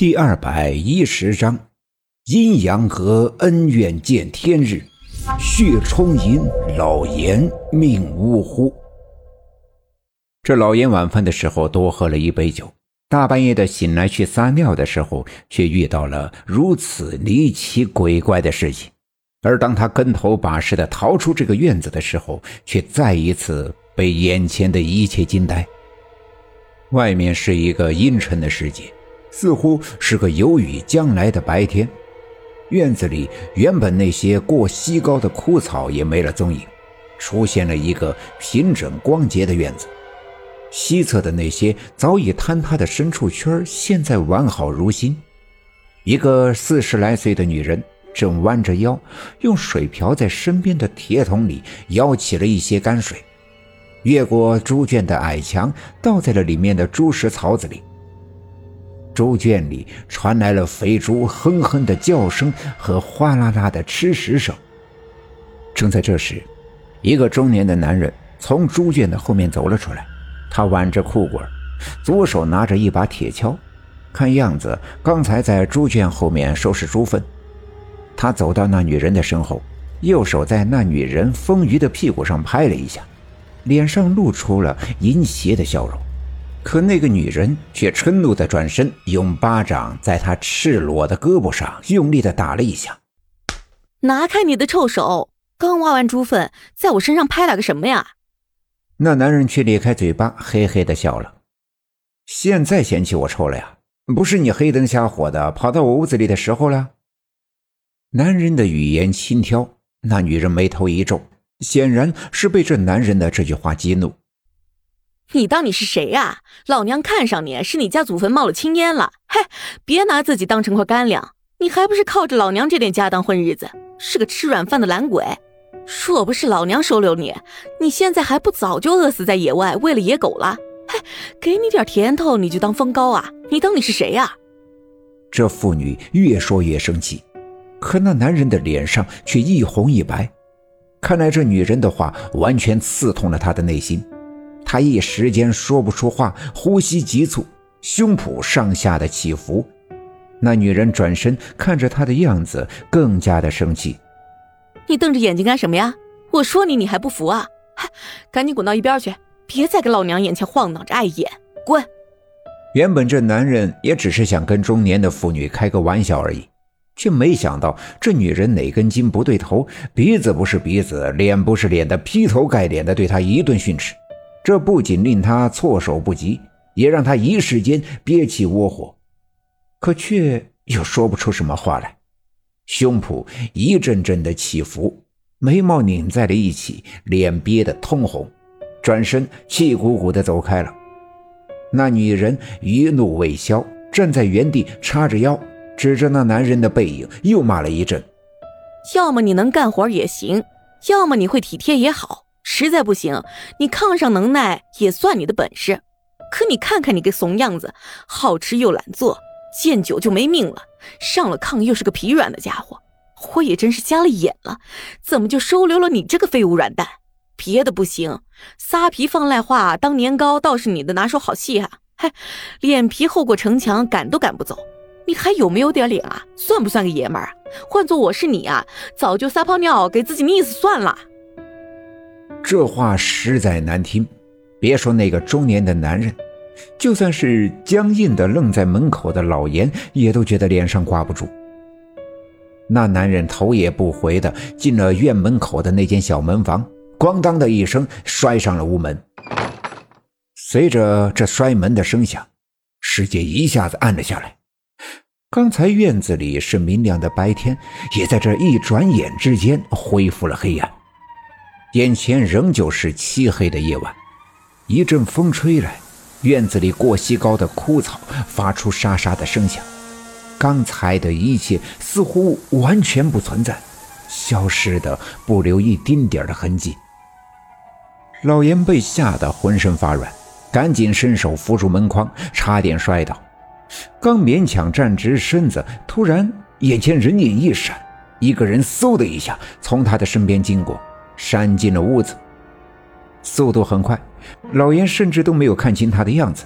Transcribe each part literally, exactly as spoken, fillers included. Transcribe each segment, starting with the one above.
第二百一十章，阴阳和恩怨见天日，血冲饮老严命呜呼。这老严晚饭的时候多喝了一杯酒，大半夜的醒来去撒尿的时候，却遇到了如此离奇鬼怪的事情。而当他跟头把式的逃出这个院子的时候，却再一次被眼前的一切惊呆。外面是一个阴沉的世界，似乎是个有雨将来的白天。院子里原本那些过稀高的枯草也没了踪影，出现了一个平整光洁的院子。西侧的那些早已坍塌的牲畜圈现在完好如新。一个四十来岁的女人正弯着腰，用水瓢在身边的铁桶里舀起了一些泔水，越过猪圈的矮墙，倒在了里面的猪食槽子里。猪圈里传来了肥猪哼哼的叫声和哗啦啦的吃食声。正在这时，一个中年的男人从猪圈的后面走了出来，他挽着裤管，左手拿着一把铁锹，看样子刚才在猪圈后面收拾猪粪。他走到那女人的身后，右手在那女人丰腴的屁股上拍了一下，脸上露出了淫邪的笑容。可那个女人却嗔怒地转身，用巴掌在他赤裸的胳膊上用力地打了一下。 拿开你的臭手，刚挖完猪粪，在我身上拍了个什么呀？ 那男人却咧开嘴巴，嘿嘿地笑了。现在嫌弃我臭了呀？不是你黑灯瞎火的跑到我屋子里的时候了？男人的语言轻佻，那女人眉头一皱，显然是被这男人的这句话激怒。 你当你是谁呀？老娘看上你是你家祖坟冒了青烟了，嘿，别拿自己当成块干粮，你还不是靠着老娘这点家当混日子，是个吃软饭的懒鬼。若不是老娘收留你，你现在还不早就饿死在野外喂了野狗了？嘿，给你点甜头你就当风高啊？你当你是谁呀？ 这妇女越说越生气，可那男人的脸上却一红一白，看来这女人的话完全刺痛了他的内心。他一时间说不出话，呼吸急促，胸脯上下的起伏。那女人转身看着他的样子，更加的生气。 你瞪着眼睛干什么呀？我说你你还不服啊？赶紧滚到一边去，别再给老娘眼前晃荡着碍眼，滚！ 原本这男人也只是想跟中年的妇女开个玩笑而已，却没想到这女人哪根筋不对头，鼻子不是鼻子，脸不是脸的，劈头盖脸的对他一顿训斥。这不仅令他措手不及，也让他一时间憋气窝火，可却又说不出什么话来。胸脯一阵阵的起伏，眉毛拧在了一起，脸憋得通红，转身气鼓鼓地走开了。那女人余怒未消，站在原地叉着腰，指着那男人的背影又骂了一阵。 要么你能干活也行，要么你会体贴也好，实在不行，你炕上能耐也算你的本事。可你看看你个怂样子，好吃又懒做，见酒就没命了，上了炕又是个疲软的家伙。我也真是瞎了眼了，怎么就收留了你这个废物软蛋？别的不行，撒皮放赖话当年糕倒是你的拿手好戏啊！嘿，脸皮厚过城墙，赶都赶不走。你还有没有点脸啊？算不算个爷们儿啊？换做我是你啊，早就撒泡尿给自己溺死算了。 这话实在难听，别说那个中年的男人，就算是僵硬的愣在门口的老严，也都觉得脸上挂不住。那男人头也不回的进了院门口的那间小门房，咣当的一声摔上了屋门。随着这摔门的声响，世界一下子暗了下来。刚才院子里是明亮的白天，也在这一转眼之间恢复了黑暗。眼前仍旧是漆黑的夜晚，一阵风吹来，院子里过稀高的枯草发出沙沙的声响。刚才的一切似乎完全不存在，消失的不留一丁点的痕迹。老严被吓得浑身发软，赶紧伸手扶住门框，差点摔倒。刚勉强站直身子，突然眼前人影一闪，一个人嗖的一下从他的身边经过，闪进了屋子。速度很快，老严甚至都没有看清他的样子，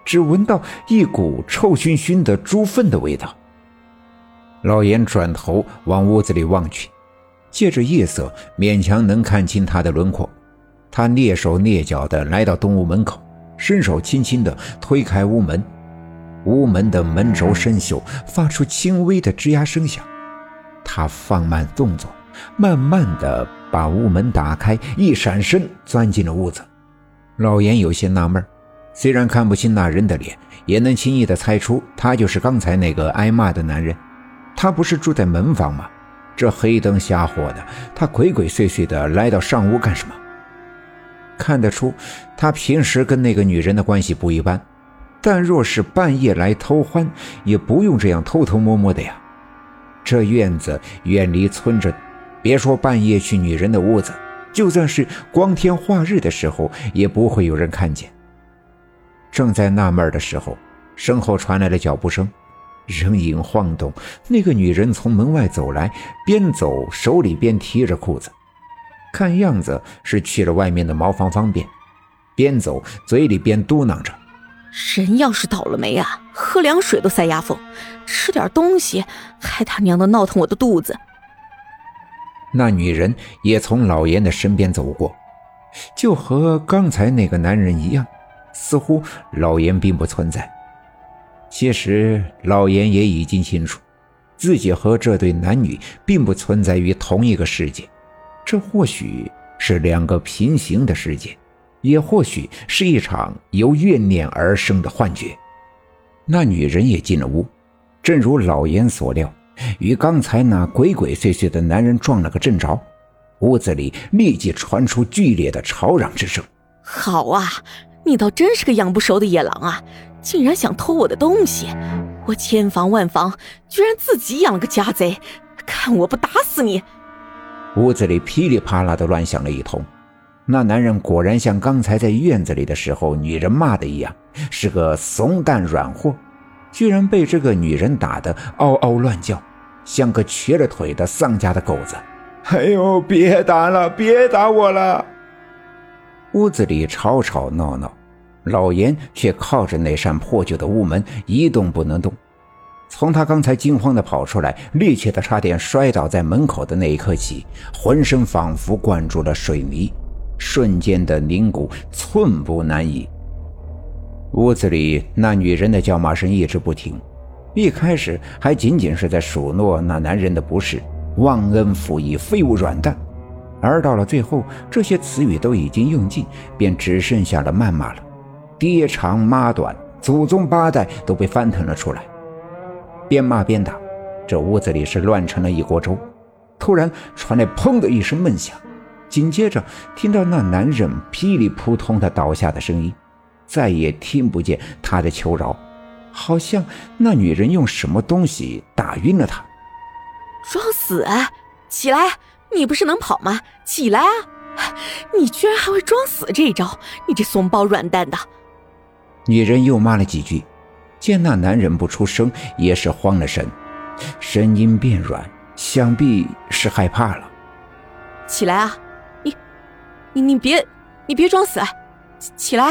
只闻到一股臭熏熏的猪粪的味道。老严转头往屋子里望去，借着夜色勉强能看清他的轮廓。他蹑手蹑脚地来到东屋门口，伸手轻轻地推开屋门，屋门的门轴生锈，发出轻微的吱呀声响。他放慢动作，慢慢地把屋门打开，一闪身钻进了屋子。老严有些纳闷，虽然看不清那人的脸，也能轻易地猜出他就是刚才那个挨骂的男人。他不是住在门房吗？这黑灯瞎火的，他鬼鬼祟祟地来到上屋干什么？看得出他平时跟那个女人的关系不一般，但若是半夜来偷欢，也不用这样偷偷摸摸的呀。这院子远离村镇，别说半夜去女人的屋子，就算是光天化日的时候也不会有人看见。正在纳闷的时候，身后传来了脚步声，人影晃动，那个女人从门外走来，边走手里边提着裤子，看样子是去了外面的茅房方便，边走嘴里边嘟囔着： 人要是倒了霉啊，喝凉水都塞牙缝，吃点东西还他娘的闹腾我的肚子。 那女人也从老严的身边走过，就和刚才那个男人一样，似乎老严并不存在。其实老严也已经清楚，自己和这对男女并不存在于同一个世界，这或许是两个平行的世界，也或许是一场由怨念而生的幻觉。那女人也进了屋，正如老严所料，与刚才那鬼鬼祟祟的男人撞了个正着，屋子里立即传出剧烈的吵嚷之声。 好啊，你倒真是个养不熟的野狼啊，竟然想偷我的东西！我千防万防，居然自己养了个家贼，看我不打死你！ 屋子里噼里啪啦的乱响了一通。那男人果然像刚才在院子里的时候女人骂的一样，是个怂蛋软货，居然被这个女人打得嗷嗷乱叫，像个瘸了腿的丧家的狗子。哎呦，别打了，别打我了！屋子里吵吵闹闹，老严却靠着那扇破旧的屋门一动不能动。从他刚才惊慌地跑出来，趔趄的差点摔倒在门口的那一刻起，浑身仿佛灌注了水泥，瞬间的凝固，寸步难移。屋子里那女人的叫骂声一直不停，一开始还仅仅是在数落那男人的不是，忘恩负义，废物软蛋，而到了最后，这些词语都已经用尽，便只剩下了谩骂了。爹长妈短，祖宗八代都被翻腾了出来。边骂边打，这屋子里是乱成了一锅粥。突然传来砰的一声闷响，紧接着听到那男人噼里扑通的倒下的声音，再也听不见他的求饶，好像那女人用什么东西打晕了他。 装死啊！起来，你不是能跑吗？起来啊！你居然还会装死这一招，你这怂包软蛋的！ 女人又骂了几句，见那男人不出声，也是慌了神，声音变软，想必是害怕了。 起来啊！你你你别你别装死啊！起来！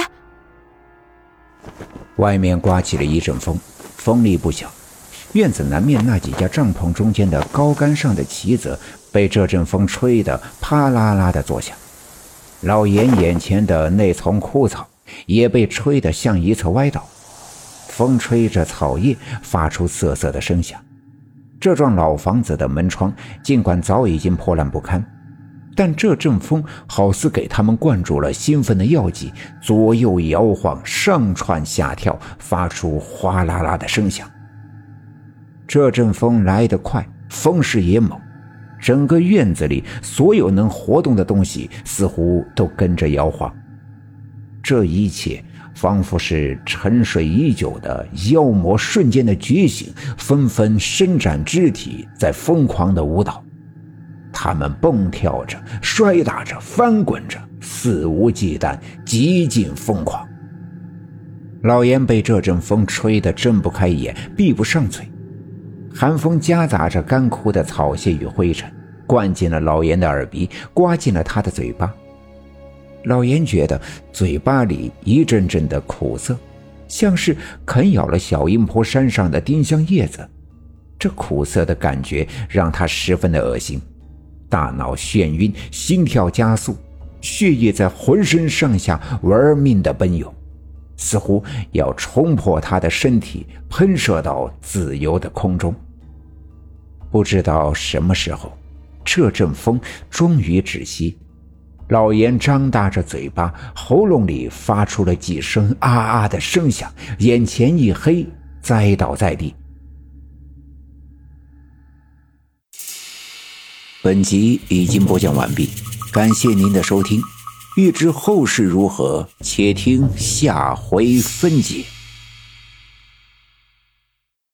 外面刮起了一阵风，风力不小，院子南面那几家帐篷中间的高杆上的旗子被这阵风吹得啪啦啦的作响，老严眼前的那丛枯草也被吹得向一侧歪倒，风吹着草叶发出瑟瑟的声响。这幢老房子的门窗尽管早已经破烂不堪，但这阵风好似给他们灌注了兴奋的药剂，左右摇晃，上窜下跳，发出哗啦啦的声响。这阵风来得快，风势也猛，整个院子里所有能活动的东西似乎都跟着摇晃。这一切仿佛是沉睡已久的妖魔瞬间的觉醒，纷纷伸展肢体，在疯狂的舞蹈。他们蹦跳着，摔打着，翻滚着，肆无忌惮，极尽疯狂。老严被这阵风吹得睁不开眼，闭不上嘴，寒风夹杂着干枯的草屑与灰尘，灌进了老严的耳鼻，刮进了他的嘴巴。老严觉得嘴巴里一阵阵的苦涩， 像是啃咬了小阴坡山上的丁香叶子。这苦涩的感觉让他十分的恶心，大脑眩晕，心跳加速，血液在浑身上下玩命的奔涌，似乎要冲破他的身体，喷射到自由的空中。不知道什么时候，这阵风终于止息，老严张大着嘴巴，喉咙里发出了几声啊啊的声响，眼前一黑，栽倒在地。本集已经播讲完毕，感谢您的收听。欲知后事如何，且听下回分解。